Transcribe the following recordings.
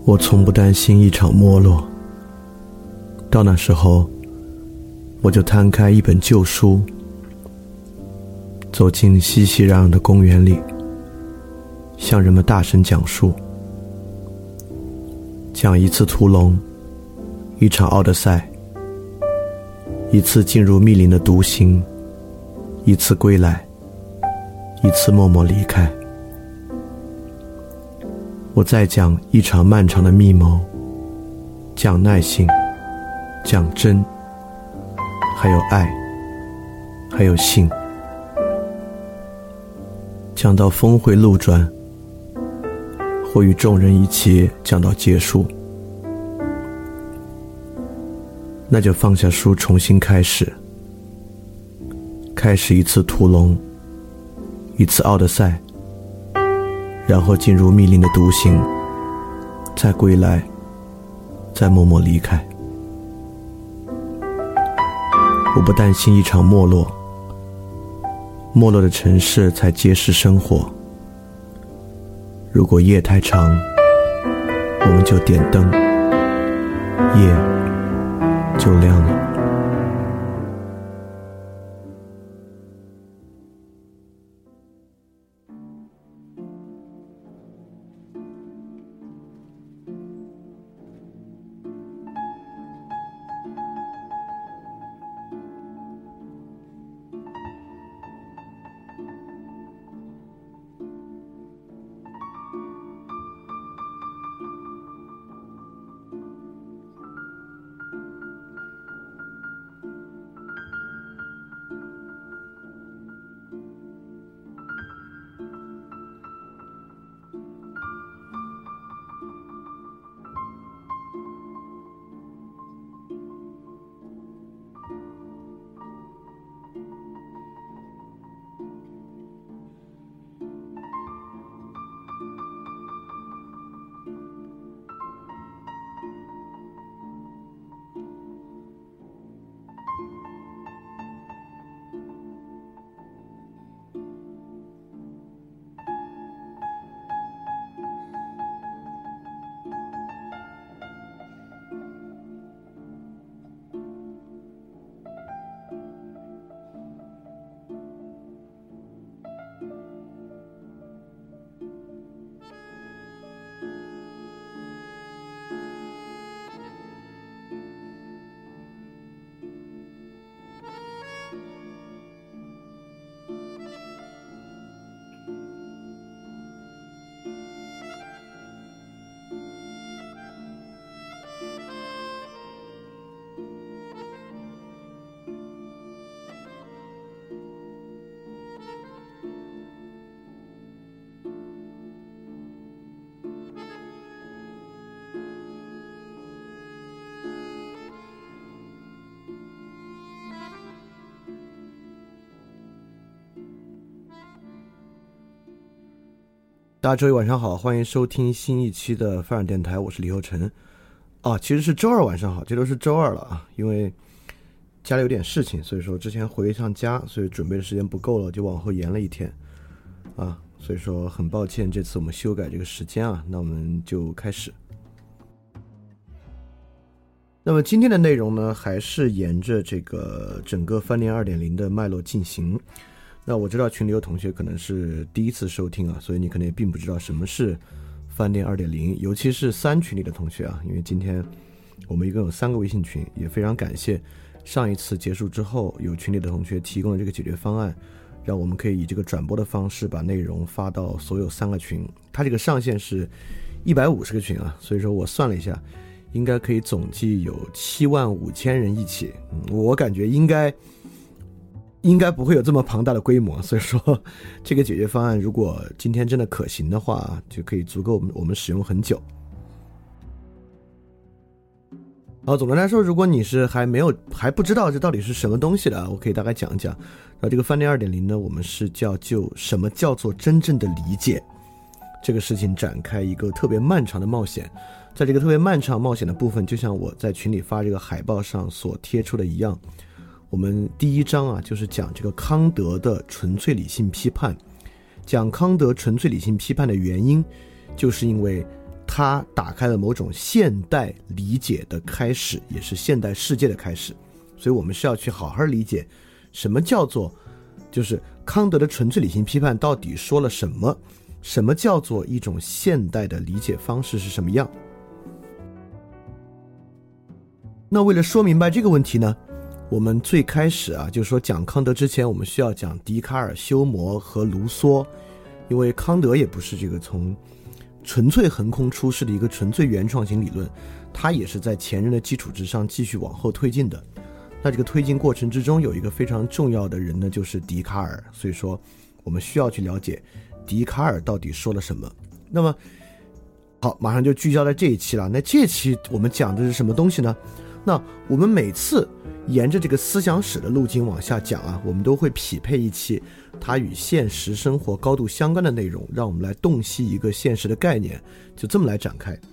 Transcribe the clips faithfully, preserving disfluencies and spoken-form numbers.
我从不担心一场没落，到那时候我就摊开一本旧书，走进熙熙攘攘的公园里，向人们大声讲述，讲一次屠龙，一场奥德赛，一次进入密林的独行，一次归来，一次默默离开。我再讲一场漫长的密谋，讲耐性，讲真，还有爱，还有性，讲到峰回路转，或与众人一起讲到结束，那就放下书，重新开始，开始一次屠龙，一次奥德赛，然后进入密林的独行，再归来，再默默离开。我不担心一场没落，没落的城市才揭示生活。如果夜太长，我们就点灯，夜就亮了。大家周一晚上好，欢迎收听新一期的范尔电台，我是李厚成。啊，其实是周二晚上好，这都是周二了啊，因为家里有点事情，所以说之前回一趟家，所以准备的时间不够了，就往后延了一天啊，所以说很抱歉，这次我们修改这个时间啊，那我们就开始。那么今天的内容呢，还是沿着这个整个饭店 二点零 的脉络进行。那我知道群里有同学可能是第一次收听啊，所以你可能也并不知道什么是饭店 二点零， 尤其是三群里的同学啊，因为今天我们一共有三个微信群，也非常感谢上一次结束之后有群里的同学提供了这个解决方案，让我们可以以这个转播的方式把内容发到所有三个群。它这个上限是一百五十个群啊，所以说我算了一下，应该可以总计有七万五千人一起、嗯、我感觉应该应该不会有这么庞大的规模，所以说这个解决方案如果今天真的可行的话，就可以足够我们我们使用很久。好，总的来说，如果你是还没有还不知道这到底是什么东西的，我可以大概讲一讲。然后这个饭店 二点零 呢，我们是叫就什么叫做真正的理解这个事情展开一个特别漫长的冒险。在这个特别漫长冒险的部分，就像我在群里发这个海报上所贴出的一样，我们第一章啊，就是讲这个康德的纯粹理性批判。讲康德纯粹理性批判的原因，就是因为它打开了某种现代理解的开始，也是现代世界的开始。所以我们是要去好好理解什么叫做，就是康德的纯粹理性批判到底说了什么，什么叫做一种现代的理解方式是什么样。那为了说明白这个问题呢，我们最开始啊，就是说讲康德之前，我们需要讲笛卡尔、休谟和卢梭，因为康德也不是这个从纯粹横空出世的一个纯粹原创型理论，它也是在前人的基础之上继续往后推进的。那这个推进过程之中有一个非常重要的人呢，就是笛卡尔，所以说我们需要去了解笛卡尔到底说了什么。那么好，马上就聚焦在这一期了。那这一期我们讲的是什么东西呢？那我们每次沿着这个思想史的路径往下讲啊，我们都会匹配一期它与现实生活高度相关的内容，让我们来洞悉一个现实的概念，就这么来展开。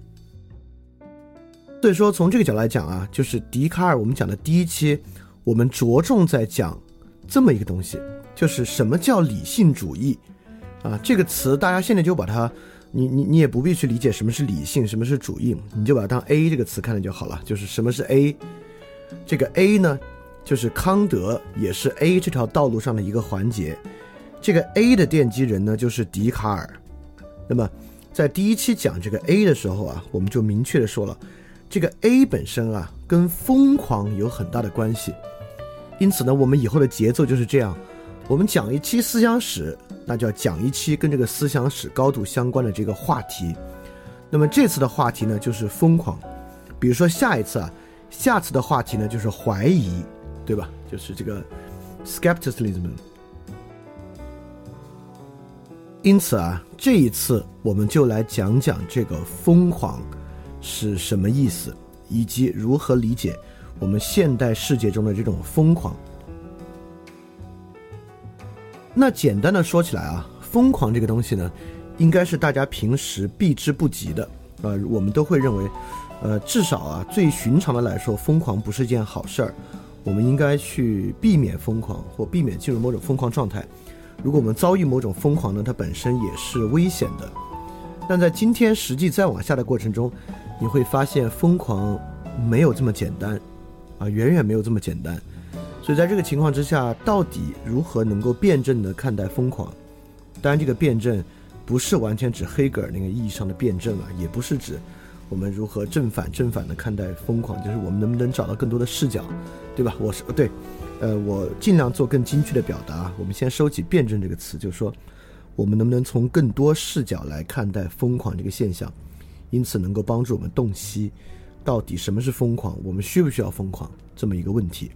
所以说从这个角度来讲啊，就是笛卡尔我们讲的第一期，我们着重在讲这么一个东西，就是什么叫理性主义啊？这个词大家现在就把它，你你你也不必去理解什么是理性，什么是主义，你就把它当 A 这个词看了就好了。就是什么是 A？ 这个 A 呢，就是康德，也是 A 这条道路上的一个环节。这个 A 的奠基人呢，就是笛卡尔。那么在第一期讲这个 A 的时候啊，我们就明确的说了，这个 A 本身啊，跟疯狂有很大的关系。因此呢，我们以后的节奏就是这样，我们讲一期思想史，那就要讲一期跟这个思想史高度相关的这个话题。那么这次的话题呢，就是疯狂。比如说下一次啊，下次的话题呢就是怀疑，对吧？就是这个 skepticism。因此啊，这一次我们就来讲讲这个疯狂是什么意思，以及如何理解我们现代世界中的这种疯狂。那简单的说起来啊，疯狂这个东西呢，应该是大家平时避之不及的。呃，我们都会认为，呃，至少啊，最寻常的来说，疯狂不是件好事儿。我们应该去避免疯狂，或避免进入某种疯狂状态。如果我们遭遇某种疯狂呢，它本身也是危险的。但在今天实际再往下的过程中，你会发现疯狂没有这么简单啊，远远没有这么简单。所以在这个情况之下，到底如何能够辩证地看待疯狂？当然这个辩证不是完全指黑格尔那个意义上的辩证啊，也不是指我们如何正反正反地看待疯狂，就是我们能不能找到更多的视角，对吧？我是对呃，我尽量做更精确的表达。我们先收起辩证这个词，就是说我们能不能从更多视角来看待疯狂这个现象，因此能够帮助我们洞悉到底什么是疯狂，我们需不需要疯狂这么一个问题。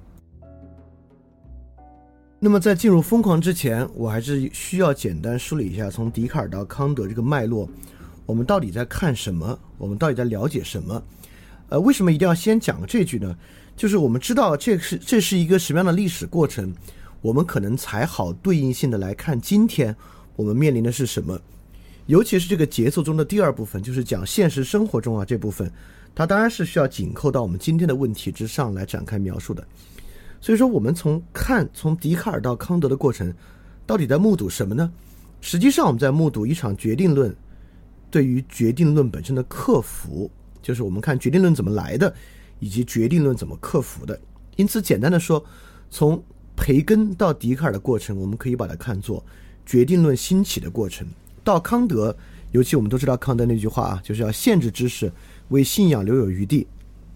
那么在进入疯狂之前，我还是需要简单梳理一下从笛卡尔到康德这个脉络，我们到底在看什么，我们到底在了解什么。呃，为什么一定要先讲这句呢？就是我们知道这是这是一个什么样的历史过程，我们可能才好对应性的来看今天我们面临的是什么。尤其是这个节奏中的第二部分，就是讲现实生活中啊这部分，它当然是需要紧扣到我们今天的问题之上来展开描述的。所以说我们从看从笛卡尔到康德的过程到底在目睹什么呢？实际上我们在目睹一场决定论对于决定论本身的克服，就是我们看决定论怎么来的，以及决定论怎么克服的。因此简单的说，从培根到笛卡尔的过程，我们可以把它看作决定论兴起的过程。到康德，尤其我们都知道康德那句话啊，就是要限制知识，为信仰留有余地。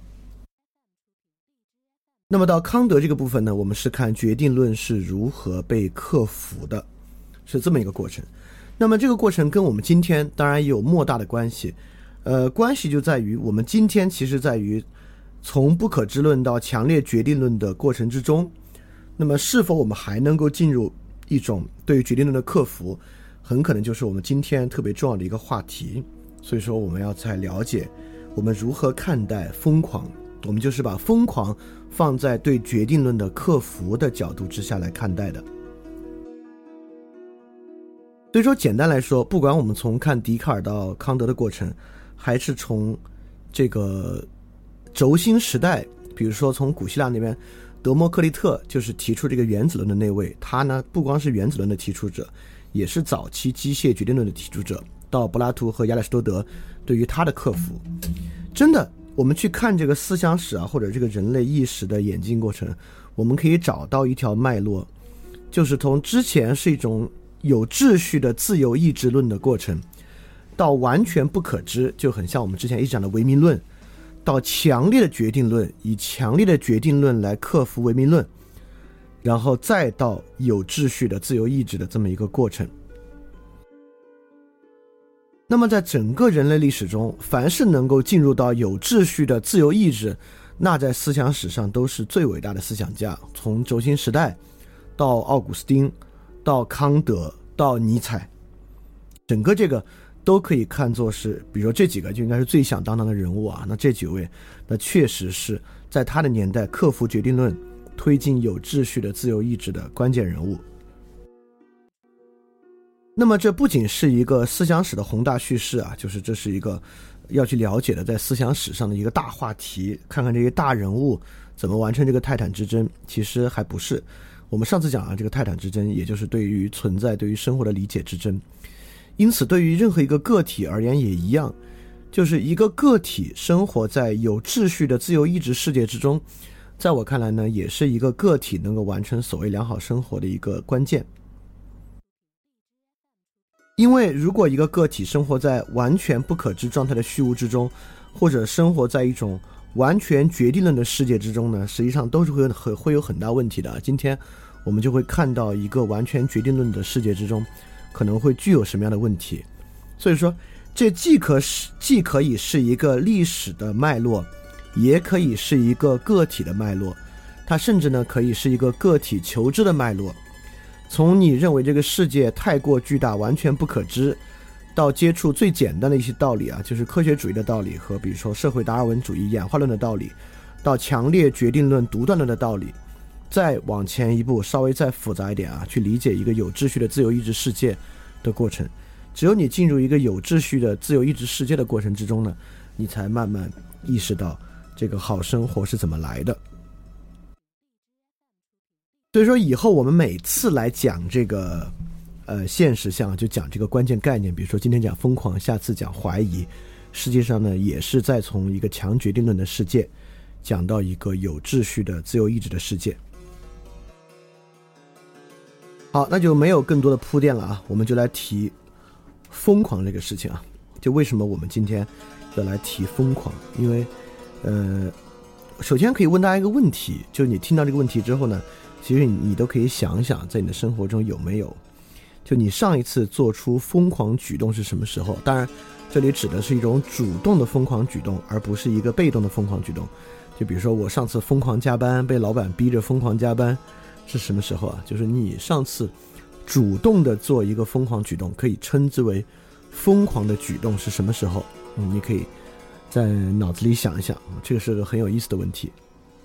那么到康德这个部分呢，我们是看决定论是如何被克服的，是这么一个过程。那么这个过程跟我们今天当然也有莫大的关系，呃，关系就在于我们今天其实在于从不可知论到强烈决定论的过程之中，那么是否我们还能够进入一种对于决定论的克服，很可能就是我们今天特别重要的一个话题。所以说我们要再了解我们如何看待疯狂，我们就是把疯狂放在对决定论的克服的角度之下来看待的。所以说简单来说，不管我们从看笛卡尔到康德的过程，还是从这个轴心时代，比如说从古希腊那边德谟克利特就是提出这个原子论的那位，他呢不光是原子论的提出者，也是早期机械决定论的提出者。 到柏拉图和亚里士多德对于他的克服。真的，我们去看这个思想史啊，或者这个人类意识的演进过程，我们可以找到一条脉络，就是从之前是一种有秩序的自由意志论的过程，到完全不可知，就很像我们之前一直讲的唯名论，到强烈的决定论，以强烈的决定论来克服唯名论，然后再到有秩序的自由意志的这么一个过程。那么在整个人类历史中，凡是能够进入到有秩序的自由意志，那在思想史上都是最伟大的思想家，从轴心时代到奥古斯丁到康德到尼采，整个这个都可以看作是，比如说这几个就应该是最响当当的人物啊。那这几位那确实是在他的年代克服决定论，推进有秩序的自由意志的关键人物。那么这不仅是一个思想史的宏大叙事啊，就是这是一个要去了解的在思想史上的一个大话题，看看这些大人物怎么完成这个泰坦之争。其实还不是，我们上次讲啊，这个泰坦之争也就是对于存在对于生活的理解之争。因此对于任何一个个体而言也一样，就是一个个体生活在有秩序的自由意志世界之中，在我看来呢，也是一个个体能够完成所谓良好生活的一个关键。因为如果一个个体生活在完全不可知状态的虚无之中，或者生活在一种完全决定论的世界之中呢，实际上都是会有很会有很大问题的。今天我们就会看到一个完全决定论的世界之中可能会具有什么样的问题。所以说这既可是既可以是一个历史的脉络，也可以是一个个体的脉络，它甚至呢可以是一个个体求知的脉络。从你认为这个世界太过巨大完全不可知，到接触最简单的一些道理啊，就是科学主义的道理和比如说社会达尔文主义演化论的道理，到强烈决定论独断论的道理，再往前一步稍微再复杂一点啊，去理解一个有秩序的自由意志世界的过程。只有你进入一个有秩序的自由意志世界的过程之中呢，你才慢慢意识到这个好生活是怎么来的。所以说以后我们每次来讲这个呃现实项，就讲这个关键概念，比如说今天讲疯狂，下次讲怀疑，实际上呢也是在从一个强决定论的世界讲到一个有秩序的自由意志的世界。好，那就没有更多的铺垫了啊，我们就来提疯狂这个事情啊。就为什么我们今天要来提疯狂？因为呃首先可以问大家一个问题，就是你听到这个问题之后呢，其实 你, 你都可以想想在你的生活中有没有，就你上一次做出疯狂举动是什么时候。当然这里指的是一种主动的疯狂举动，而不是一个被动的疯狂举动。就比如说我上次疯狂加班，被老板逼着疯狂加班，是什么时候啊？就是你上次主动的做一个疯狂举动，可以称之为疯狂的举动是什么时候？嗯，你可以在脑子里想一想，这个是个很有意思的问题。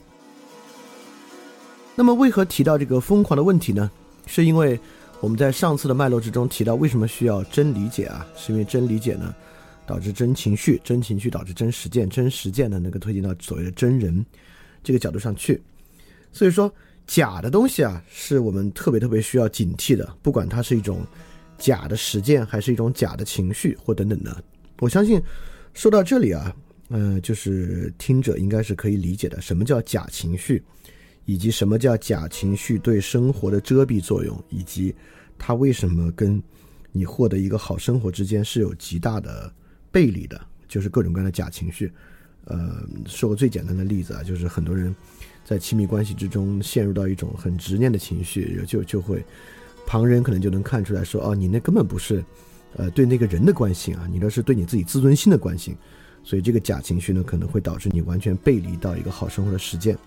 那么为何提到这个疯狂的问题呢？是因为我们在上次的脉络之中提到为什么需要真理解啊？是因为真理解呢导致真情绪，真情绪导致真实践，真实践呢能够推进到所谓的真人这个角度上去。所以说假的东西啊是我们特别特别需要警惕的，不管它是一种假的实践还是一种假的情绪或等等的。我相信说到这里啊呃，就是听者应该是可以理解的，什么叫假情绪，以及什么叫假情绪对生活的遮蔽作用，以及它为什么跟你获得一个好生活之间是有极大的背离的，就是各种各样的假情绪。呃，说个最简单的例子啊，就是很多人在亲密关系之中陷入到一种很执念的情绪，就就会旁人可能就能看出来说，哦，你那根本不是呃对那个人的关心啊，你那是对你自己自尊心的关心。所以这个假情绪呢，可能会导致你完全背离到一个好生活的实践。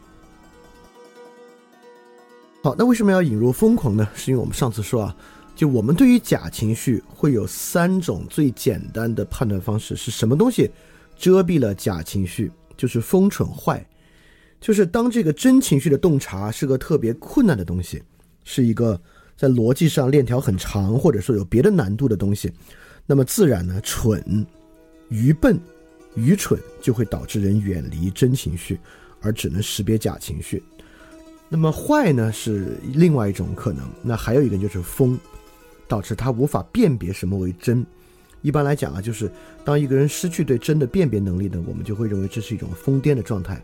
好，那为什么要引入疯狂呢？是因为我们上次说啊，就我们对于假情绪会有三种最简单的判断方式，是什么东西遮蔽了假情绪？就是疯蠢坏。就是当这个真情绪的洞察是个特别困难的东西，是一个在逻辑上链条很长，或者说有别的难度的东西，那么自然呢，蠢、愚笨、愚蠢就会导致人远离真情绪，而只能识别假情绪。那么坏呢是另外一种可能，那还有一个就是疯，导致他无法辨别什么为真， 一般来讲啊，就是当一个人失去对真的辨别能力呢，我们就会认为这是一种疯癫的状态。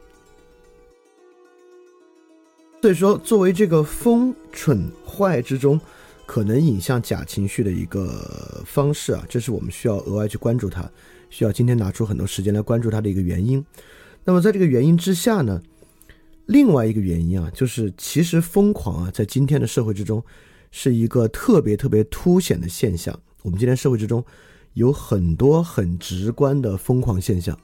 所以说作为这个疯蠢坏之中可能引向假情绪的一个方式啊，这是我们需要额外去关注它，需要今天拿出很多时间来关注它的一个原因。那么在这个原因之下呢，另外一个原因啊，就是其实疯狂啊，在今天的社会之中是一个特别特别凸显的现象。我们今天社会之中有很多很直观的疯狂现象，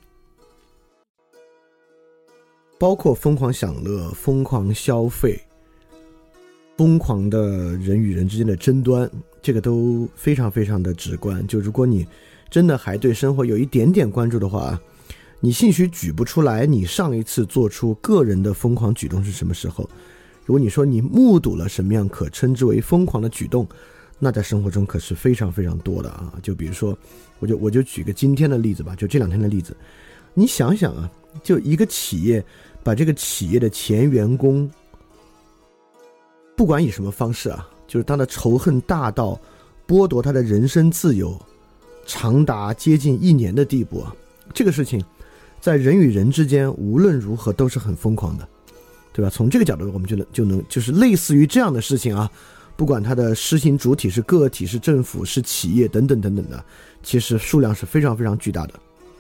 包括疯狂享乐、疯狂消费、疯狂的人与人之间的争端，这个都非常非常的直观。就如果你真的还对生活有一点点关注的话，你兴许举不出来你上一次做出个人的疯狂举动是什么时候。如果你说你目睹了什么样可称之为疯狂的举动，那在生活中可是非常非常多的啊。就比如说我就我就举个今天的例子吧，就这两天的例子。你想想啊，就一个企业把这个企业的前员工不管以什么方式啊，就是他的仇恨大到剥夺他的人身自由长达接近一年的地步啊，这个事情在人与人之间无论如何都是很疯狂的，对吧？从这个角度我们就能就能就是类似于这样的事情啊，不管它的施行主体是个体是政府是企业等等等等的，其实数量是非常非常巨大的。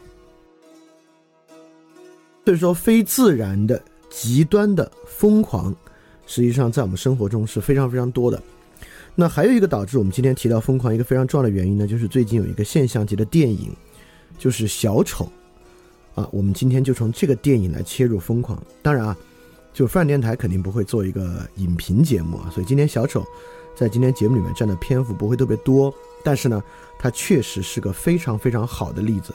所以说非自然的极端的疯狂实际上在我们生活中是非常非常多的。那还有一个导致我们今天提到疯狂一个非常重要的原因呢，就是最近有一个现象级的电影，就是小丑啊，我们今天就从这个电影来切入疯狂。当然啊，就泛电台肯定不会做一个影评节目啊，所以今天小丑在今天节目里面占的篇幅不会特别多，但是呢它确实是个非常非常好的例子。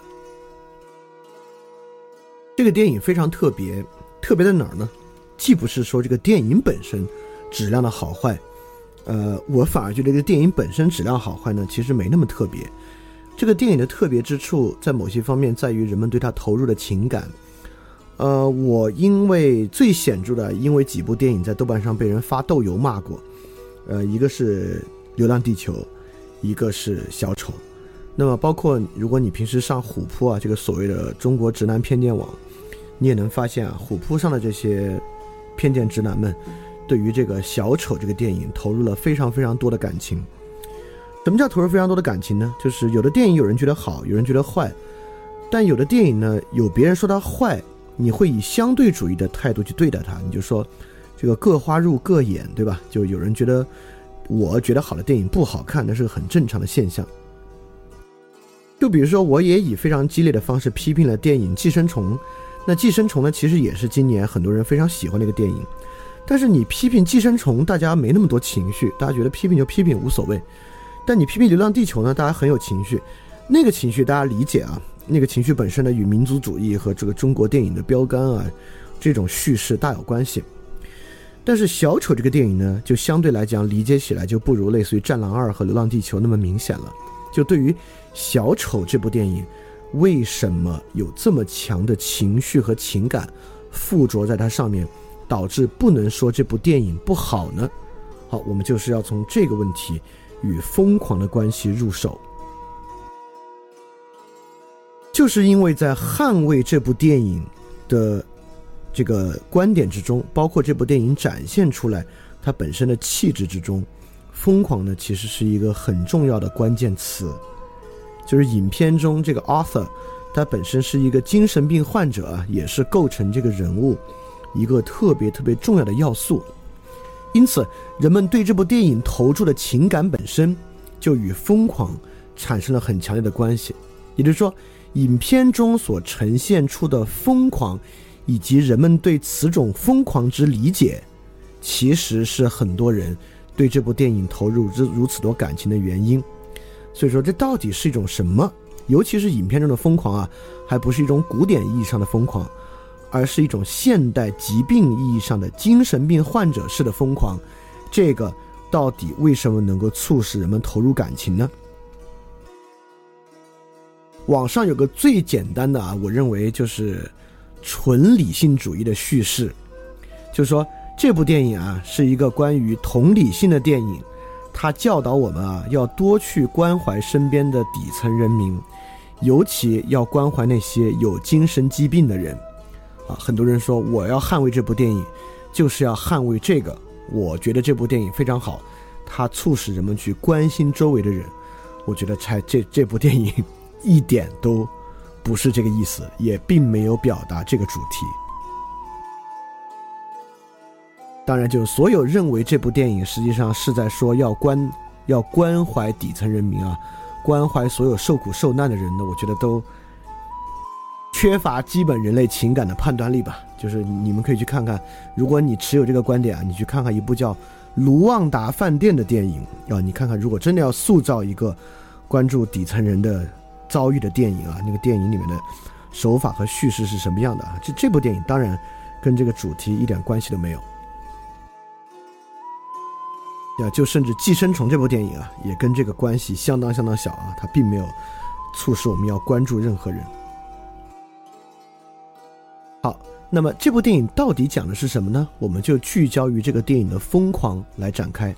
这个电影非常特别，特别在哪儿呢？既不是说这个电影本身质量的好坏，呃，我反而觉得这个电影本身质量好坏呢，其实没那么特别。这个电影的特别之处在某些方面在于人们对它投入的情感。呃，我因为最显著的，因为几部电影在豆瓣上被人发豆油骂过，呃，一个是《流浪地球》，一个是《小丑》。那么包括如果你平时上虎扑啊，这个所谓的中国直男偏见网，你也能发现啊，虎扑上的这些偏见直男们对于这个小丑这个电影投入了非常非常多的感情。什么叫投入非常多的感情呢？就是有的电影有人觉得好，有人觉得坏，但有的电影呢，有别人说它坏，你会以相对主义的态度去对待它，你就说这个各花入各眼，对吧？就有人觉得我觉得好的电影不好看，那是个很正常的现象。就比如说我也以非常激烈的方式批评了电影《寄生虫》，那《寄生虫》呢其实也是今年很多人非常喜欢的一个电影，但是你批评《寄生虫》大家没那么多情绪，大家觉得批评就批评无所谓，但你批评《流浪地球》呢，大家很有情绪，那个情绪大家理解啊，那个情绪本身呢与民族主义和这个中国电影的标杆啊这种叙事大有关系。但是小丑这个电影呢，就相对来讲理解起来就不如类似于《战狼二》和《流浪地球》那么明显了。就对于小丑这部电影为什么有这么强的情绪和情感附着在它上面，导致不能说这部电影不好呢？好，我们就是要从这个问题与疯狂的关系入手。就是因为在捍卫这部电影的这个观点之中，包括这部电影展现出来它本身的气质之中，疯狂呢其实是一个很重要的关键词。就是影片中这个 Arthur 他本身是一个精神病患者啊，也是构成这个人物一个特别特别重要的要素。因此人们对这部电影投注的情感本身就与疯狂产生了很强烈的关系。也就是说影片中所呈现出的疯狂以及人们对此种疯狂之理解，其实是很多人对这部电影投入如此多感情的原因。所以说这到底是一种什么？尤其是影片中的疯狂啊，还不是一种古典意义上的疯狂，而是一种现代疾病意义上的精神病患者式的疯狂。这个到底为什么能够促使人们投入感情呢？网上有个最简单的啊，我认为就是纯理性主义的叙事，就是说这部电影啊是一个关于同理心的电影， 他教导我们啊，要多去关怀身边的底层人民，尤其要关怀那些有精神疾病的人啊。很多人说我要捍卫这部电影，就是要捍卫这个。我觉得这部电影非常好，它促使人们去关心周围的人。我觉得这这这部电影一点都不是这个意思，也并没有表达这个主题。当然，就是所有认为这部电影实际上是在说要关要关怀底层人民啊，关怀所有受苦受难的人呢，我觉得都缺乏基本人类情感的判断力吧。就是你们可以去看看，如果你持有这个观点啊，你去看看一部叫《卢旺达饭店》的电影啊，你看看如果真的要塑造一个关注底层人的遭遇的电影啊，那个电影里面的手法和叙事是什么样的啊？这这部电影当然跟这个主题一点关系都没有。呀，就甚至《寄生虫》这部电影啊，也跟这个关系相当相当小啊，它并没有促使我们要关注任何人。好，那么这部电影到底讲的是什么呢？我们就聚焦于这个电影的疯狂来展开。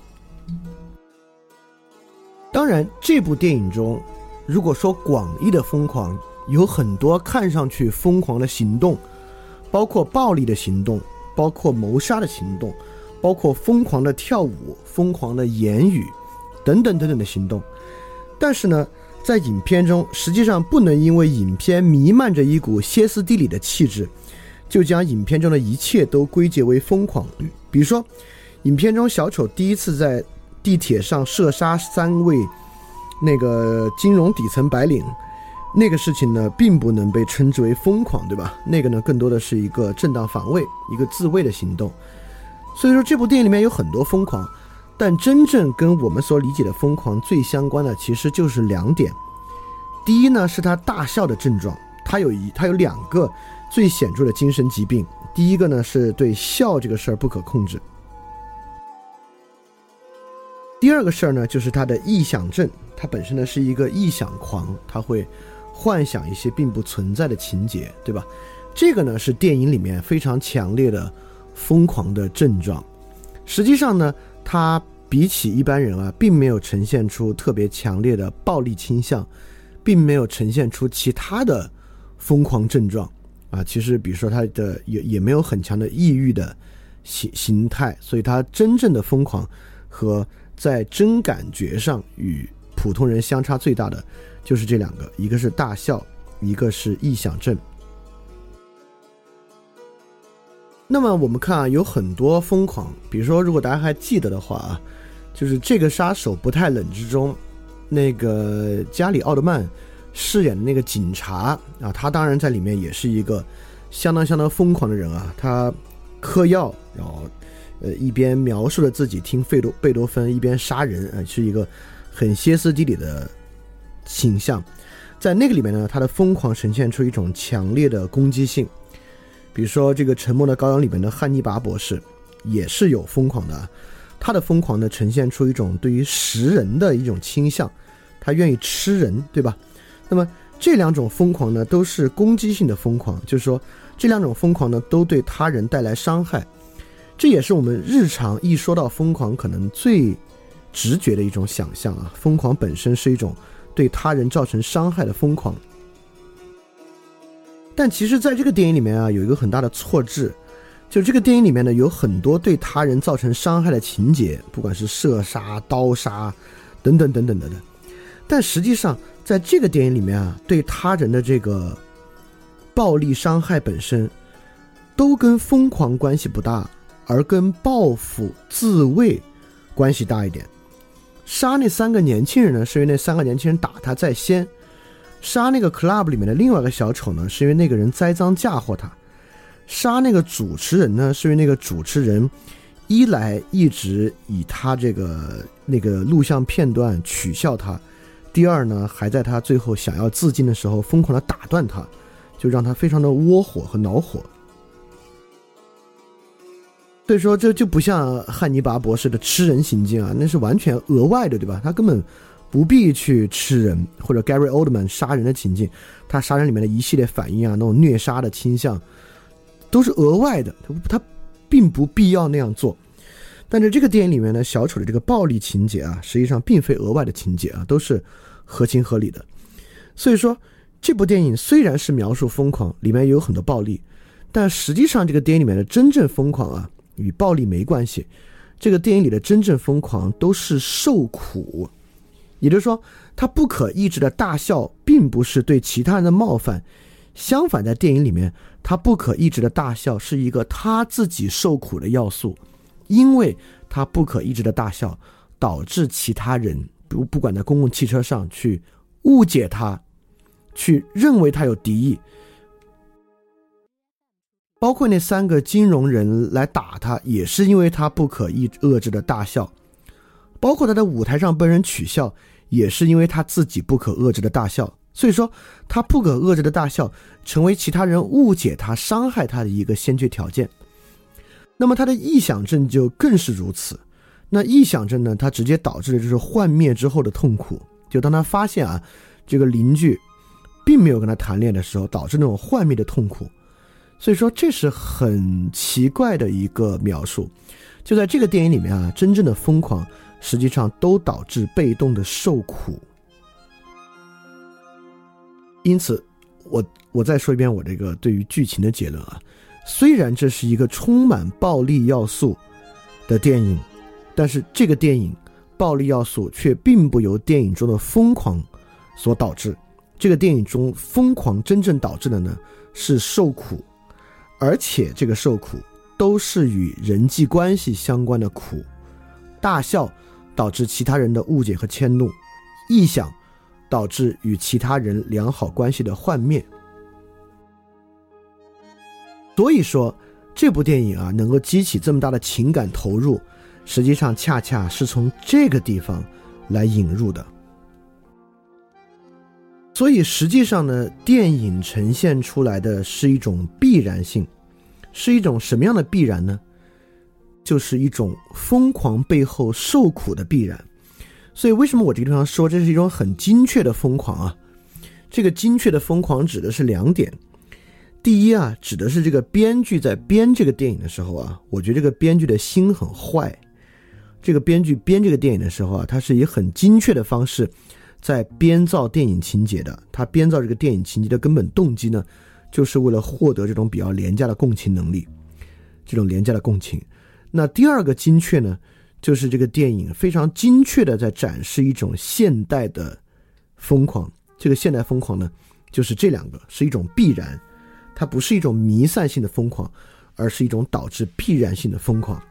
当然，这部电影中，如果说广义的疯狂，有很多看上去疯狂的行动，包括暴力的行动，包括谋杀的行动，包括疯狂的跳舞、疯狂的言语等等等等的行动。但是呢，在影片中实际上不能因为影片弥漫着一股歇斯底里的气质，就将影片中的一切都归结为疯狂。比如说，影片中小丑第一次在地铁上射杀三位那个金融底层白领，那个事情呢并不能被称之为疯狂，对吧？那个呢更多的是一个正当防卫，一个自卫的行动。所以说这部电影里面有很多疯狂，但真正跟我们所理解的疯狂最相关的其实就是两点。第一呢是他大笑的症状，他有一他有两个最显著的精神疾病。第一个呢是对笑这个事儿不可控制，第二个事儿呢就是他的臆想症，他本身呢是一个臆想狂，他会幻想一些并不存在的情节，对吧？这个呢是电影里面非常强烈的疯狂的症状。实际上呢，他比起一般人啊，并没有呈现出特别强烈的暴力倾向，并没有呈现出其他的疯狂症状啊。其实比如说他的也也没有很强的抑郁的形形态，所以他真正的疯狂和在真感觉上与普通人相差最大的就是这两个，一个是大笑，一个是臆想症。那么我们看啊，有很多疯狂，比如说如果大家还记得的话啊，就是这个杀手不太冷之中，那个加里奥德曼饰演的那个警察啊，他当然在里面也是一个相当相当疯狂的人啊，他嗑药，然后呃一边描述了自己听费多贝多芬，一边杀人啊，是一个很歇斯底里的形象。在那个里面呢，他的疯狂呈现出一种强烈的攻击性。比如说这个沉默的羔羊里面的汉尼拔博士也是有疯狂的啊，他的疯狂呢呈现出一种对于食人的一种倾向，他愿意吃人，对吧？那么这两种疯狂呢都是攻击性的疯狂，就是说这两种疯狂呢都对他人带来伤害。这也是我们日常一说到疯狂可能最直觉的一种想象啊，疯狂本身是一种对他人造成伤害的疯狂。但其实在这个电影里面啊，有一个很大的错置，就这个电影里面呢有很多对他人造成伤害的情节，不管是射杀、刀杀等等等等等等。但实际上在这个电影里面啊，对他人的这个暴力伤害本身都跟疯狂关系不大，而跟报复自卫关系大一点。杀那三个年轻人呢，是因为那三个年轻人打他在先；杀那个 club 里面的另外一个小丑呢，是因为那个人栽赃嫁祸他；杀那个主持人呢，是因为那个主持人一来一直以他这个那个录像片段取笑他，第二呢，还在他最后想要自尽的时候疯狂的打断他，就让他非常的窝火和恼火。所以说这就不像汉尼拔博士的吃人行径啊，那是完全额外的，对吧？他根本不必去吃人，或者 Gary Oldman 杀人的情境，他杀人里面的一系列反应啊，那种虐杀的倾向都是额外的，他并不必要那样做。 但是这个电影里面呢，小丑的这个暴力情节啊，实际上并非额外的情节啊，都是合情合理的。所以说这部电影虽然是描述疯狂，里面也有很多暴力，但实际上这个电影里面的真正疯狂啊，与暴力没关系。这个电影里的真正疯狂都是受苦，也就是说他不可抑制的大笑并不是对其他人的冒犯，相反在电影里面他不可抑制的大笑是一个他自己受苦的要素，因为他不可抑制的大笑导致其他人不不管在公共汽车上去误解他，去认为他有敌意，包括那三个金融人来打他也是因为他不可遏制的大笑，包括他在舞台上被人取笑也是因为他自己不可遏制的大笑。所以说他不可遏制的大笑成为其他人误解他伤害他的一个先决条件。那么他的臆想症就更是如此。那臆想症呢，它直接导致的就是幻灭之后的痛苦，就当他发现啊这个邻居并没有跟他谈恋爱的时候，导致那种幻灭的痛苦。所以说这是很奇怪的一个描述。就在这个电影里面啊，真正的疯狂实际上都导致被动的受苦。因此我我再说一遍我这个对于剧情的结论啊，虽然这是一个充满暴力要素的电影，但是这个电影暴力要素却并不由电影中的疯狂所导致。这个电影中疯狂真正导致的呢是受苦，而且这个受苦都是与人际关系相关的苦。大笑导致其他人的误解和迁怒，臆想导致与其他人良好关系的幻灭。所以说这部电影啊能够激起这么大的情感投入，实际上恰恰是从这个地方来引入的。所以实际上呢，电影呈现出来的是一种必然性。是一种什么样的必然呢？就是一种疯狂背后受苦的必然。所以为什么我这个地方说这是一种很精确的疯狂啊？这个精确的疯狂指的是两点。第一啊，指的是这个编剧在编这个电影的时候啊，我觉得这个编剧的心很坏。这个编剧编这个电影的时候啊，他是以很精确的方式在编造电影情节的。他编造这个电影情节的根本动机呢，就是为了获得这种比较廉价的共情能力，这种廉价的共情。那第二个精确呢，就是这个电影非常精确的在展示一种现代的疯狂。这个现代疯狂呢，就是这两个，是一种必然，它不是一种弥散性的疯狂，而是一种导致必然性的疯狂。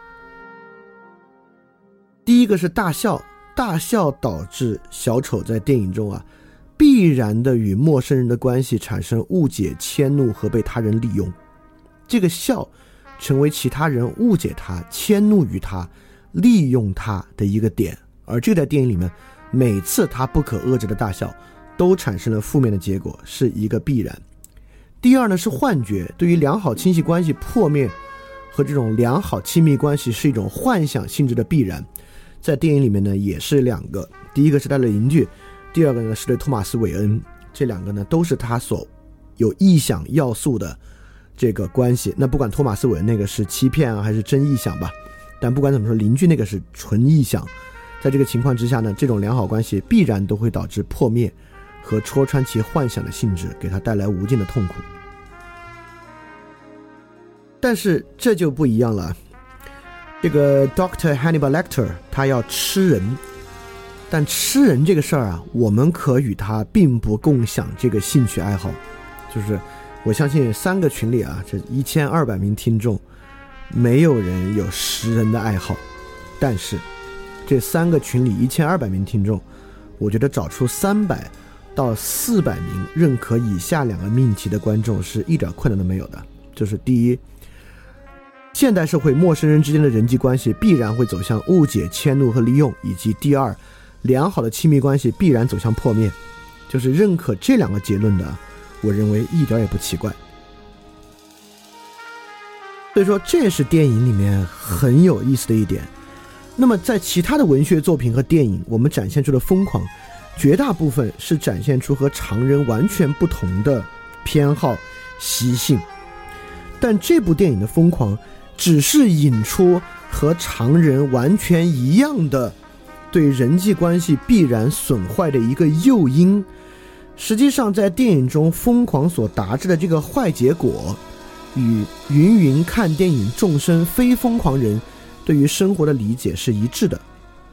第一个是大笑，大笑导致小丑在电影中啊必然的与陌生人的关系产生误解、迁怒和被他人利用。这个笑成为其他人误解他、迁怒于他、利用他的一个点。而这个在电影里面，每次他不可遏制的大笑都产生了负面的结果，是一个必然。第二呢是幻觉，对于良好亲戚关系破灭和这种良好亲密关系是一种幻想性质的必然。在电影里面呢也是两个，第一个是他的邻居，第二个呢是对托马斯·韦恩，这两个呢都是他所有臆想要素的这个关系。那不管托马斯·韦恩那个是欺骗啊还是真臆想吧，但不管怎么说，邻居那个是纯臆想。在这个情况之下呢，这种良好关系必然都会导致破灭和戳穿其幻想的性质，给他带来无尽的痛苦。但是这就不一样了，这个 Doctor Hannibal Lecter 他要吃人，但吃人这个事儿啊，我们可与他并不共享这个兴趣爱好。就是我相信三个群里啊，这一千二百名听众没有人有食人的爱好，但是这三个群里一千二百名听众，我觉得找出三百到四百名认可以下两个命题的观众是一点困难都没有的。就是第一，现代社会陌生人之间的人际关系必然会走向误解、迁怒和利用，以及第二，良好的亲密关系必然走向破灭。就是认可这两个结论的，我认为一点也不奇怪。所以说这也是电影里面很有意思的一点。那么在其他的文学作品和电影，我们展现出的疯狂绝大部分是展现出和常人完全不同的偏好、习性。但这部电影的疯狂只是引出和常人完全一样的对人际关系必然损坏的一个诱因，实际上在电影中疯狂所达至的这个坏结果，与芸芸看电影众生非疯狂人对于生活的理解是一致的。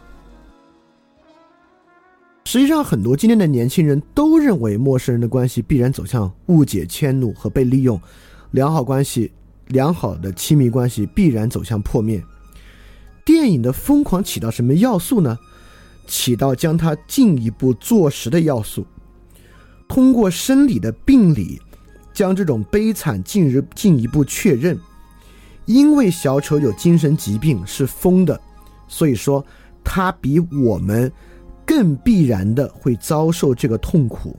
实际上很多今天的年轻人都认为陌生人的关系必然走向误解、迁怒和被利用，良好关系良好的亲密关系必然走向破灭。电影的疯狂起到什么要素呢？起到将它进一步坐实的要素，通过生理的病理将这种悲惨进一进一步确认。因为小丑有精神疾病，是疯的，所以说他比我们更必然的会遭受这个痛苦。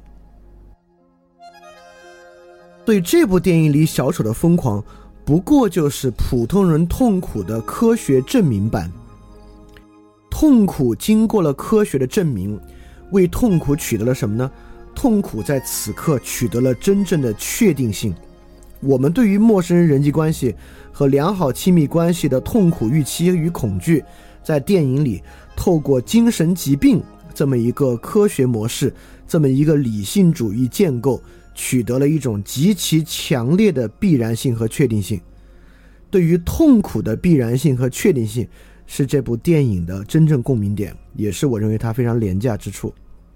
所以这部电影里小丑的疯狂不过就是普通人痛苦的科学证明版。痛苦经过了科学的证明，为痛苦取得了什么呢？痛苦在此刻取得了真正的确定性。我们对于陌生人人际关系和良好亲密关系的痛苦预期与恐惧，在电影里透过精神疾病这么一个科学模式，这么一个理性主义建构，取得了一种极其强烈的必然性和确定性。对于痛苦的必然性和确定性，是这部电影的真正共鸣点，也是我认为它非常廉价之处。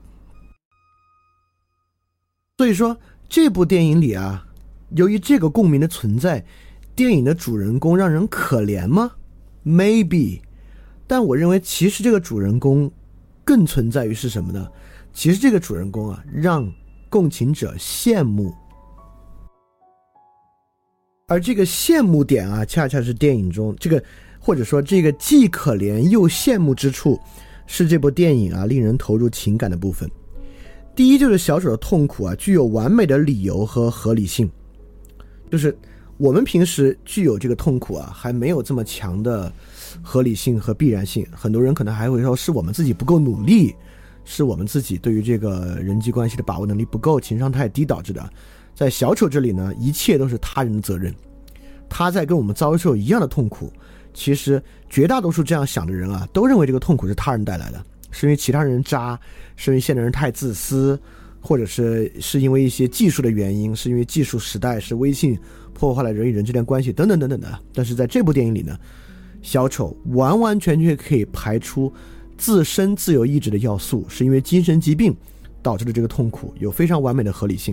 所以说这部电影里啊，由于这个共鸣的存在，电影的主人公让人可怜吗？ Maybe。 但我认为其实这个主人公更存在于是什么呢？其实这个主人公啊，让共情者羡慕。而这个羡慕点啊，恰恰是电影中这个，或者说这个既可怜又羡慕之处，是这部电影啊令人投入情感的部分。第一就是小丑的痛苦啊，具有完美的理由和合理性。就是我们平时具有这个痛苦啊，还没有这么强的合理性和必然性。很多人可能还会说是我们自己不够努力，是我们自己对于这个人际关系的把握能力不够，情商太低导致的。在小丑这里呢，一切都是他人的责任，他在跟我们遭受一样的痛苦。其实绝大多数这样想的人啊，都认为这个痛苦是他人带来的，是因为其他人渣，是因为现代人太自私，或者是是因为一些技术的原因，是因为技术时代，是微信破坏了人与人之间关系等等等等的。但是在这部电影里呢，小丑完完全全可以排除自身自由意志的要素，是因为精神疾病导致的这个痛苦，有非常完美的合理性。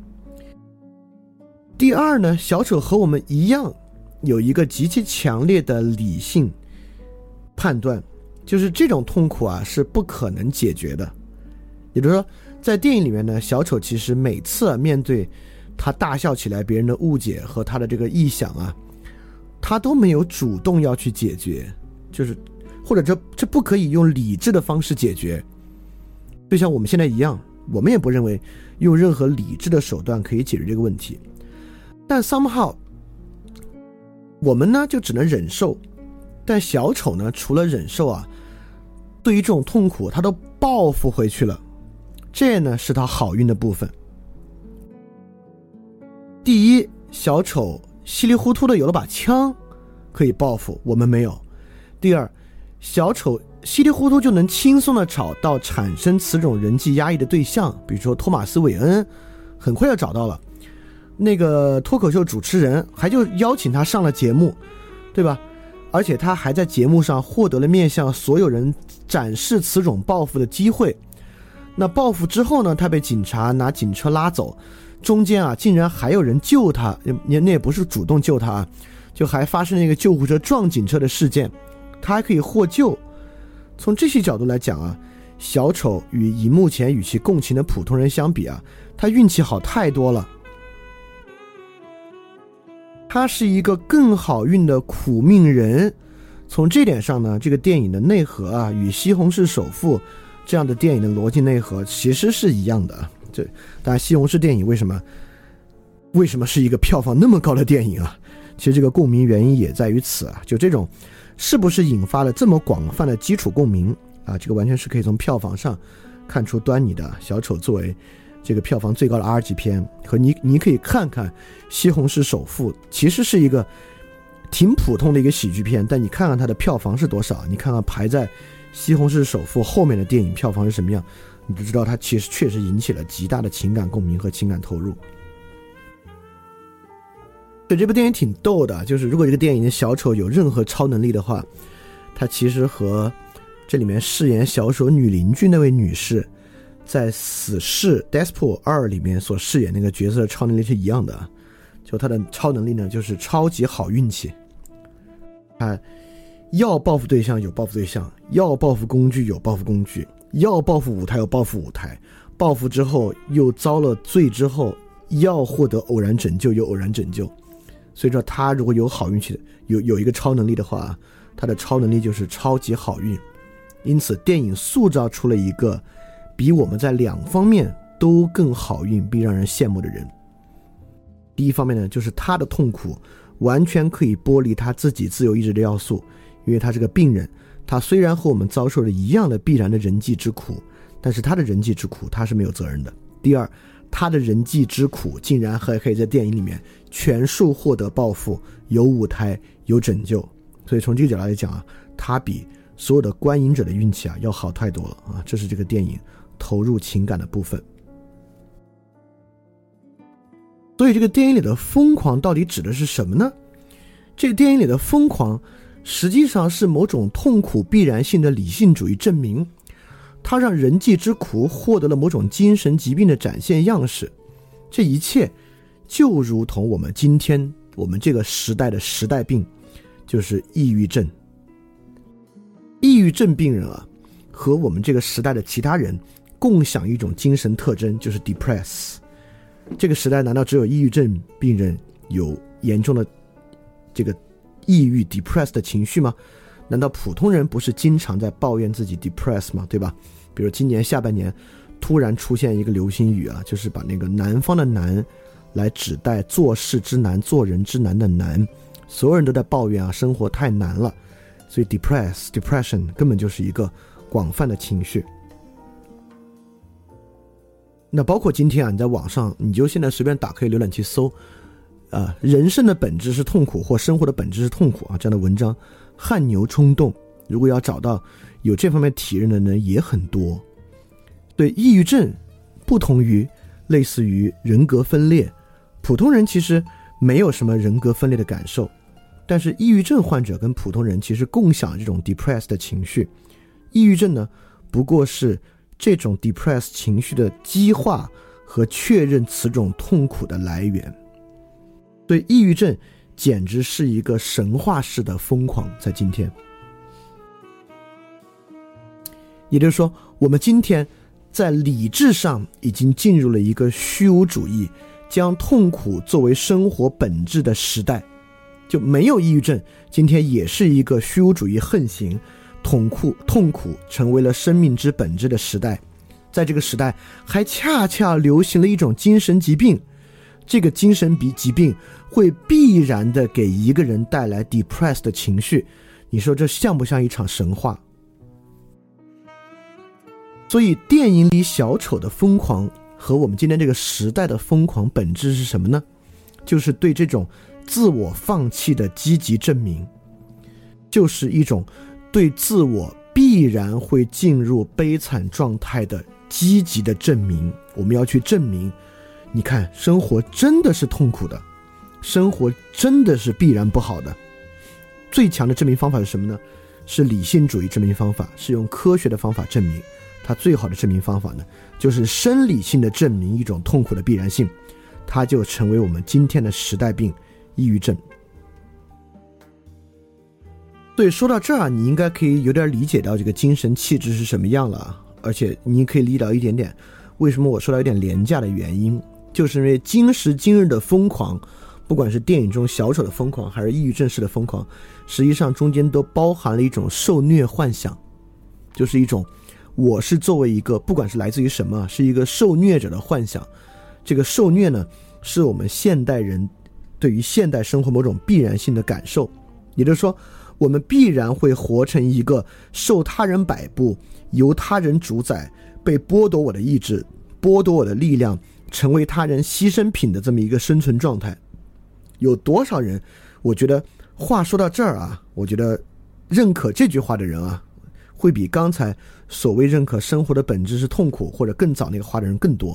第二呢，小丑和我们一样有一个极其强烈的理性判断，就是这种痛苦啊是不可能解决的。也就是说在电影里面呢，小丑其实每次、啊、面对他大笑起来别人的误解和他的这个臆想啊，他都没有主动要去解决，就是或者这这不可以用理智的方式解决。就像我们现在一样，我们也不认为用任何理智的手段可以解决这个问题。但 somehow 我们呢就只能忍受，但小丑呢除了忍受啊，对于这种痛苦他都报复回去了，这呢是他好运的部分。第一，小丑稀里糊涂的有了把枪可以报复，我们没有。第二，小丑稀里糊涂就能轻松的找到产生此种人际压抑的对象，比如说托马斯·韦恩很快就找到了，那个脱口秀主持人还就邀请他上了节目，对吧？而且他还在节目上获得了面向所有人展示此种报复的机会。那报复之后呢，他被警察拿警车拉走，中间啊竟然还有人救他，那也不是主动救他啊，就还发生了一个救护车撞警车的事件，他还可以获救。从这些角度来讲啊，小丑与荧幕前与其共情的普通人相比啊，他运气好太多了。他是一个更好运的苦命人。从这点上呢，这个电影的内核啊，与西红柿首富这样的电影的逻辑内核其实是一样的。这当然西红柿电影为什么为什么是一个票房那么高的电影啊？其实这个共鸣原因也在于此啊，就这种是不是引发了这么广泛的基础共鸣啊？这个完全是可以从票房上看出端倪的。小丑作为这个票房最高的 R 级片，和你你可以看看西红柿首富，其实是一个挺普通的一个喜剧片，但你看看它的票房是多少，你看看排在西红柿首富后面的电影票房是什么样，你就知道它其实确实引起了极大的情感共鸣和情感投入。对，这部电影挺逗的，就是如果这个电影的小丑有任何超能力的话，他其实和这里面饰演小丑女邻居那位女士在死侍 Deadpool 二里面所饰演那个角色的超能力是一样的。就他的超能力呢，就是超级好运气，他要报复对象有报复对象，要报复工具有报复工具，要报复舞台有报复舞台，报复之后又遭了罪之后要获得偶然拯救有偶然拯救。所以说他如果有好运气的有有一个超能力的话，他的超能力就是超级好运。因此电影塑造出了一个比我们在两方面都更好运并让人羡慕的人。第一方面呢，就是他的痛苦完全可以剥离他自己自由意志的要素，因为他是个病人，他虽然和我们遭受了一样的必然的人际之苦，但是他的人际之苦他是没有责任的。第二，他的人际之苦竟然还可以在电影里面全数获得报复，有舞台有拯救。所以从这个角度来讲啊，他比所有的观影者的运气啊要好太多了啊！这是这个电影投入情感的部分。所以这个电影里的疯狂到底指的是什么呢？这个电影里的疯狂实际上是某种痛苦必然性的理性主义证明，它让人际之苦获得了某种精神疾病的展现样式。这一切就如同我们今天我们这个时代的时代病，就是抑郁症。抑郁症病人啊，和我们这个时代的其他人共享一种精神特征，就是 depress。 这个时代难道只有抑郁症病人有严重的这个抑郁 depress 的情绪吗？难道普通人不是经常在抱怨自己 depress 吗？对吧？比如今年下半年突然出现一个流行语啊，就是把那个南方的难来指代做事之难做人之难的难，所有人都在抱怨啊，生活太难了。所以 depress depression 根本就是一个广泛的情绪。那包括今天啊，你在网上你就现在随便打开浏览器搜呃，人生的本质是痛苦或生活的本质是痛苦啊，这样的文章汗牛充栋。如果要找到有这方面体认的人也很多。对，抑郁症不同于类似于人格分裂，普通人其实没有什么人格分裂的感受，但是抑郁症患者跟普通人其实共享这种 depressed 的情绪。抑郁症呢，不过是这种 depressed 情绪的激化和确认此种痛苦的来源。对，抑郁症简直是一个神话式的疯狂，在今天。也就是说，我们今天在理智上已经进入了一个虚无主义，将痛苦作为生活本质的时代。就没有抑郁症，今天也是一个虚无主义横行，痛苦痛苦成为了生命之本质的时代。在这个时代还恰恰流行了一种精神疾病，这个精神疾病会必然的给一个人带来 depressed 的情绪。你说这像不像一场神话？所以电影里小丑的疯狂和我们今天这个时代的疯狂本质是什么呢？就是对这种自我放弃的积极证明，就是一种对自我必然会进入悲惨状态的积极的证明。我们要去证明，你看，生活真的是痛苦的，生活真的是必然不好的。最强的证明方法是什么呢？是理性主义证明方法，是用科学的方法证明。它最好的证明方法呢，就是生理性的证明一种痛苦的必然性，它就成为我们今天的时代病，抑郁症。对，说到这儿，你应该可以有点理解到这个精神气质是什么样了，而且你可以理解到一点点为什么我说到有点廉价的原因，就是因为今时今日的疯狂，不管是电影中小丑的疯狂还是抑郁症式的疯狂，实际上中间都包含了一种受虐幻想，就是一种我是作为一个不管是来自于什么，是一个受虐者的幻想。这个受虐呢，是我们现代人对于现代生活某种必然性的感受，也就是说我们必然会活成一个受他人摆布，由他人主宰，被剥夺我的意志，剥夺我的力量，成为他人牺牲品的这么一个生存状态。有多少人我觉得话说到这儿啊，我觉得认可这句话的人啊，会比刚才所谓认可生活的本质是痛苦或者更早那个话的人更多。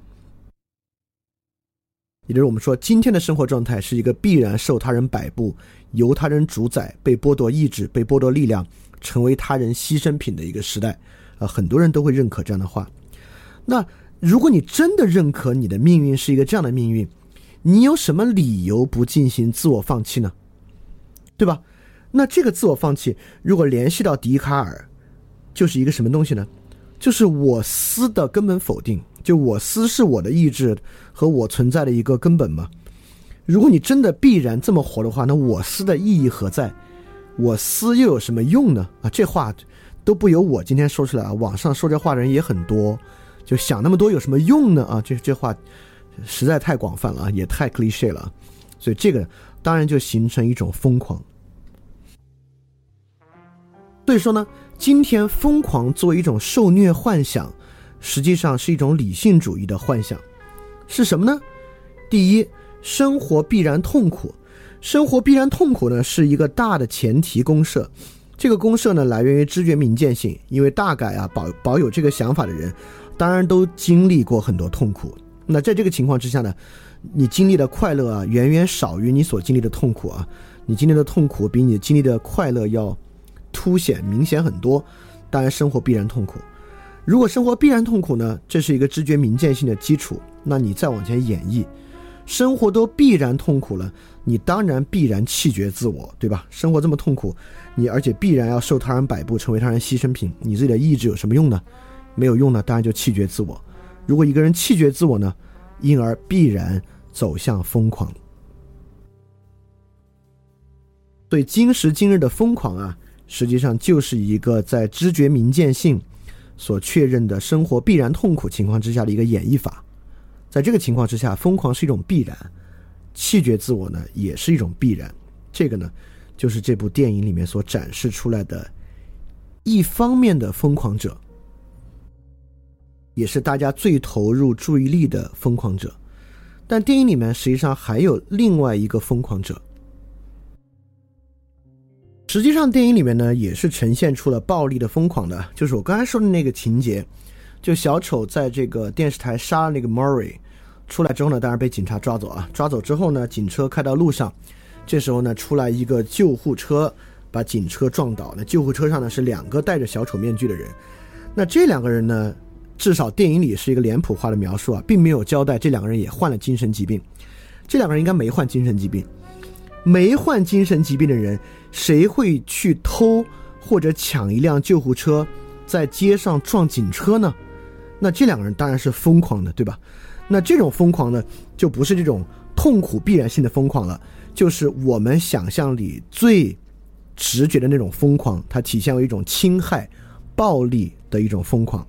也就是我们说，今天的生活状态是一个必然受他人摆布、由他人主宰、被剥夺意志、被剥夺力量、成为他人牺牲品的一个时代。呃，很多人都会认可这样的话。那如果你真的认可你的命运是一个这样的命运，你有什么理由不进行自我放弃呢？对吧？那这个自我放弃如果联系到笛卡尔，就是一个什么东西呢？就是我思的根本否定。就我思是我的意志和我存在的一个根本嘛。如果你真的必然这么活的话，那我思的意义何在？我思又有什么用呢？啊，这话都不由我今天说出来啊，网上说这话的人也很多，就想那么多有什么用呢？啊，这这话实在太广泛了啊，也太 cliché 了，所以这个当然就形成一种疯狂。所以说呢，今天疯狂作为一种受虐幻想，实际上是一种理性主义的幻想。是什么呢？第一，生活必然痛苦。生活必然痛苦呢，是一个大的前提公设。这个公设呢，来源于知觉民间性，因为大概啊保保有这个想法的人，当然都经历过很多痛苦。那在这个情况之下呢，你经历的快乐啊，远远少于你所经历的痛苦啊。你经历的痛苦比你经历的快乐要凸显明显很多。当然，生活必然痛苦。如果生活必然痛苦呢，这是一个知觉民间性的基础，那你再往前演绎，生活都必然痛苦了，你当然必然弃绝自我，对吧？生活这么痛苦，你而且必然要受他人摆布，成为他人牺牲品，你自己的意志有什么用呢？没有用呢，当然就弃绝自我。如果一个人弃绝自我呢，因而必然走向疯狂。所以今时今日的疯狂啊，实际上就是一个在知觉民间性所确认的生活必然痛苦情况之下的一个演绎法。在这个情况之下，疯狂是一种必然，弃绝自我呢也是一种必然。这个呢就是这部电影里面所展示出来的一方面的疯狂者，也是大家最投入注意力的疯狂者。但电影里面实际上还有另外一个疯狂者。实际上电影里面呢也是呈现出了暴力的疯狂的，就是我刚才说的那个情节，就小丑在这个电视台杀了那个 Murray 出来之后呢，当然被警察抓走啊，抓走之后呢，警车开到路上，这时候呢出来一个救护车把警车撞倒，那救护车上呢是两个戴着小丑面具的人。那这两个人呢，至少电影里是一个脸谱化的描述啊，并没有交代这两个人也患了精神疾病。这两个人应该没患精神疾病，没患精神疾病的人谁会去偷或者抢一辆救护车在街上撞警车呢？那这两个人当然是疯狂的，对吧？那这种疯狂呢就不是这种痛苦必然性的疯狂了，就是我们想象里最直觉的那种疯狂，它体现为一种侵害暴力的一种疯狂。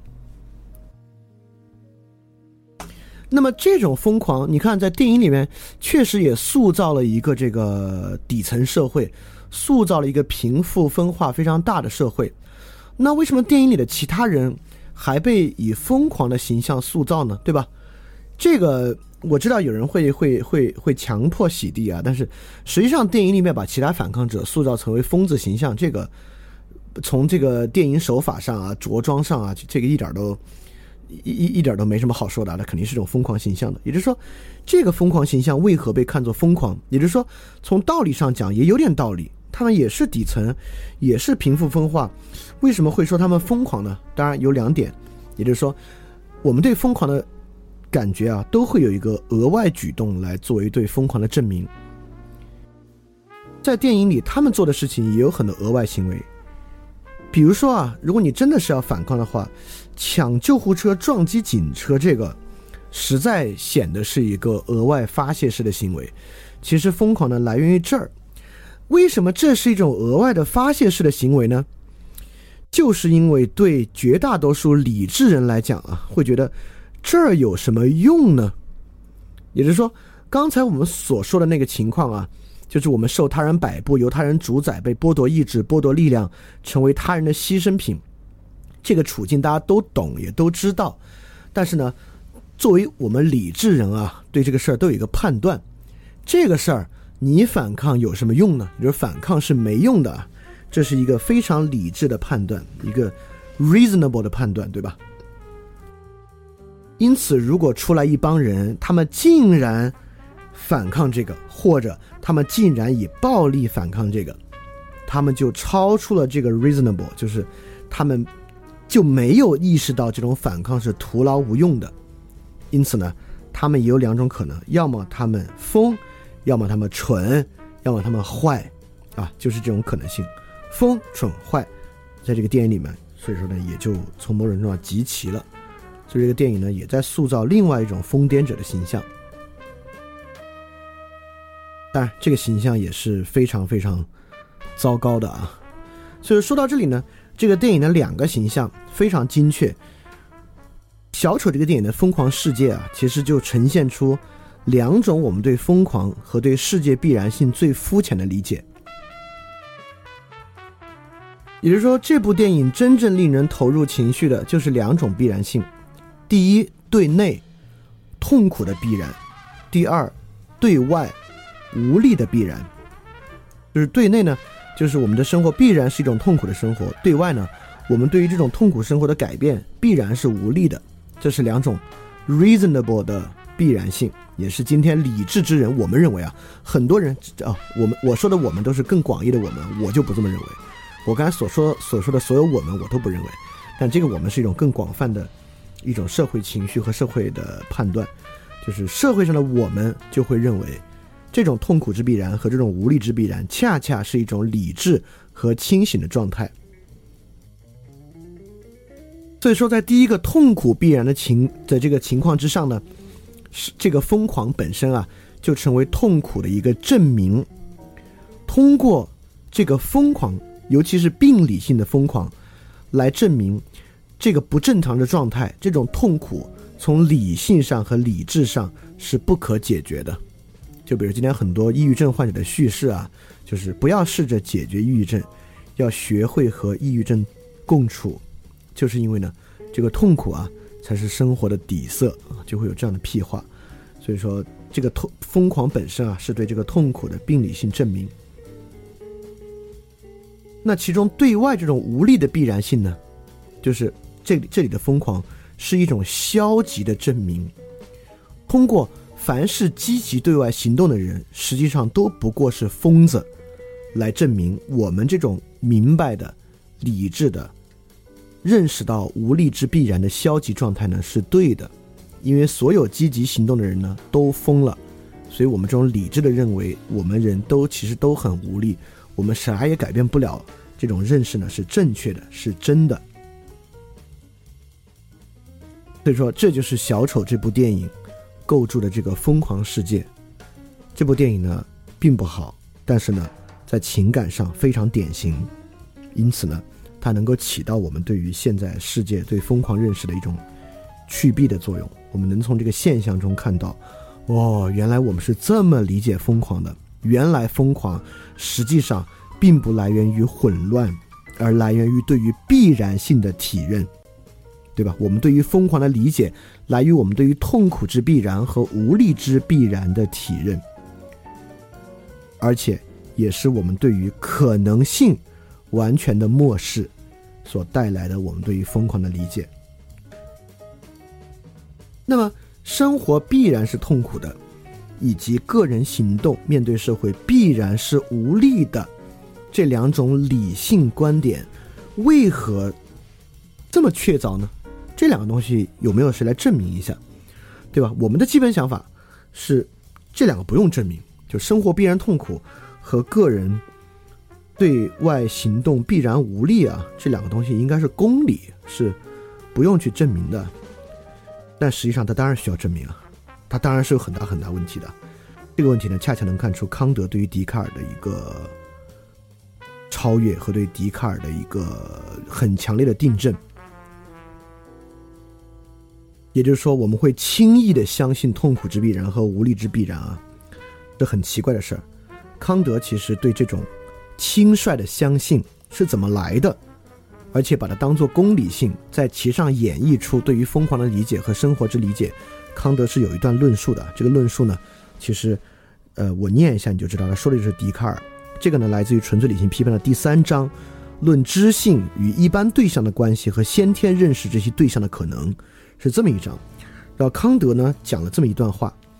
那么这种疯狂，你看在电影里面确实也塑造了一个这个底层社会，塑造了一个贫富分化非常大的社会。那为什么电影里的其他人还被以疯狂的形象塑造呢？对吧？这个我知道有人会会会会强迫洗地啊，但是实际上电影里面把其他反抗者塑造成为疯子形象，这个从这个电影手法上啊、着装上啊，这个一点都一一点都没什么好说的，那肯定是这种疯狂形象的。也就是说，这个疯狂形象为何被看作疯狂？也就是说，从道理上讲也有点道理，他们也是底层，也是贫富分化，为什么会说他们疯狂呢？当然有两点，也就是说，我们对疯狂的感觉啊，都会有一个额外举动来作为对疯狂的证明。在电影里，他们做的事情也有很多额外行为。比如说啊，如果你真的是要反抗的话，抢救护车撞击警车，这个实在显得是一个额外发泄式的行为。其实疯狂呢来源于这儿。为什么这是一种额外的发泄式的行为呢？就是因为对绝大多数理智人来讲啊，会觉得这儿有什么用呢？也就是说，刚才我们所说的那个情况啊，就是我们受他人摆布，由他人主宰，被剥夺意志，剥夺力量，成为他人的牺牲品。这个处境大家都懂，也都知道。但是呢，作为我们理智人啊，对这个事儿都有一个判断。这个事儿你反抗有什么用呢？就是反抗是没用的，这是一个非常理智的判断，一个 reasonable 的判断，对吧？因此如果出来一帮人，他们竟然反抗这个，或者他们竟然以暴力反抗这个，他们就超出了这个 reasonable， 就是他们就没有意识到这种反抗是徒劳无用的。因此呢，他们也有两种可能，要么他们疯，要么他们蠢，要么他们坏啊，就是这种可能性，疯蠢坏在这个电影里面，所以说呢也就从某种程度上集齐了。所以这个电影呢也在塑造另外一种疯癫者的形象，当然这个形象也是非常非常糟糕的啊。所以说到这里呢，这个电影的两个形象非常精确。小丑这个电影的疯狂世界啊，其实就呈现出两种我们对疯狂和对世界必然性最肤浅的理解。也就是说，这部电影真正令人投入情绪的就是两种必然性：第一，对内痛苦的必然；第二，对外无力的必然。就是对内呢，就是我们的生活必然是一种痛苦的生活；对外呢，我们对于这种痛苦生活的改变必然是无力的。这是两种 reasonable 的必然性，也是今天理智之人我们认为啊，很多人啊，我们我说的我们都是更广义的我们，我就不这么认为。我刚才所说所说的所有我们我都不认为，但这个我们是一种更广泛的一种社会情绪和社会的判断，就是社会上的我们就会认为这种痛苦之必然和这种无力之必然恰恰是一种理智和清醒的状态。所以说在第一个痛苦必然的情的这个情况之上呢，这个疯狂本身啊就成为痛苦的一个证明。通过这个疯狂，尤其是病理性的疯狂，来证明这个不正常的状态，这种痛苦从理性上和理智上是不可解决的。就比如今天很多抑郁症患者的叙事啊，就是不要试着解决抑郁症，要学会和抑郁症共处。就是因为呢，这个痛苦啊才是生活的底色啊，就会有这样的屁话。所以说这个痛疯狂本身啊是对这个痛苦的病理性证明。那其中对外这种无力的必然性呢，就是这里这里的疯狂是一种消极的证明。通过凡是积极对外行动的人实际上都不过是疯子，来证明我们这种明白的理智的认识到无力之必然的消极状态呢是对的。因为所有积极行动的人呢都疯了，所以我们这种理智的认为我们人都其实都很无力，我们啥也改变不了，这种认识呢是正确的，是真的。所以说这就是小丑这部电影构筑的这个疯狂世界。这部电影呢并不好，但是呢在情感上非常典型，因此呢它能够起到我们对于现在世界对疯狂认识的一种去弊的作用。我们能从这个现象中看到，哦，原来我们是这么理解疯狂的，原来疯狂实际上并不来源于混乱，而来源于对于必然性的体认，对吧？我们对于疯狂的理解来于我们对于痛苦之必然和无力之必然的体认，而且也是我们对于可能性完全的漠视所带来的我们对于疯狂的理解。那么生活必然是痛苦的，以及个人行动面对社会必然是无力的，这两种理性观点为何这么确凿呢？这两个东西有没有谁来证明一下，对吧？我们的基本想法是这两个不用证明，就生活必然痛苦和个人对外行动必然无力啊，这两个东西应该是公理，是不用去证明的。但实际上它当然需要证明啊，它当然是有很大很大问题的。这个问题呢恰恰能看出康德对于笛卡尔的一个超越和对笛卡尔的一个很强烈的订正。也就是说我们会轻易的相信痛苦之必然和无力之必然啊，这很奇怪的事儿。康德其实对这种轻率的相信是怎么来的，而且把它当作公理性，在其上演绎出对于疯狂的理解和生活之理解，康德是有一段论述的。这个论述呢其实呃，我念一下你就知道了，说的就是笛卡尔。这个呢来自于纯粹理性批判的第三章，论知性与一般对象的关系和先天认识这些对象的可能，是这么一章。然后康德呢讲了这么一段话，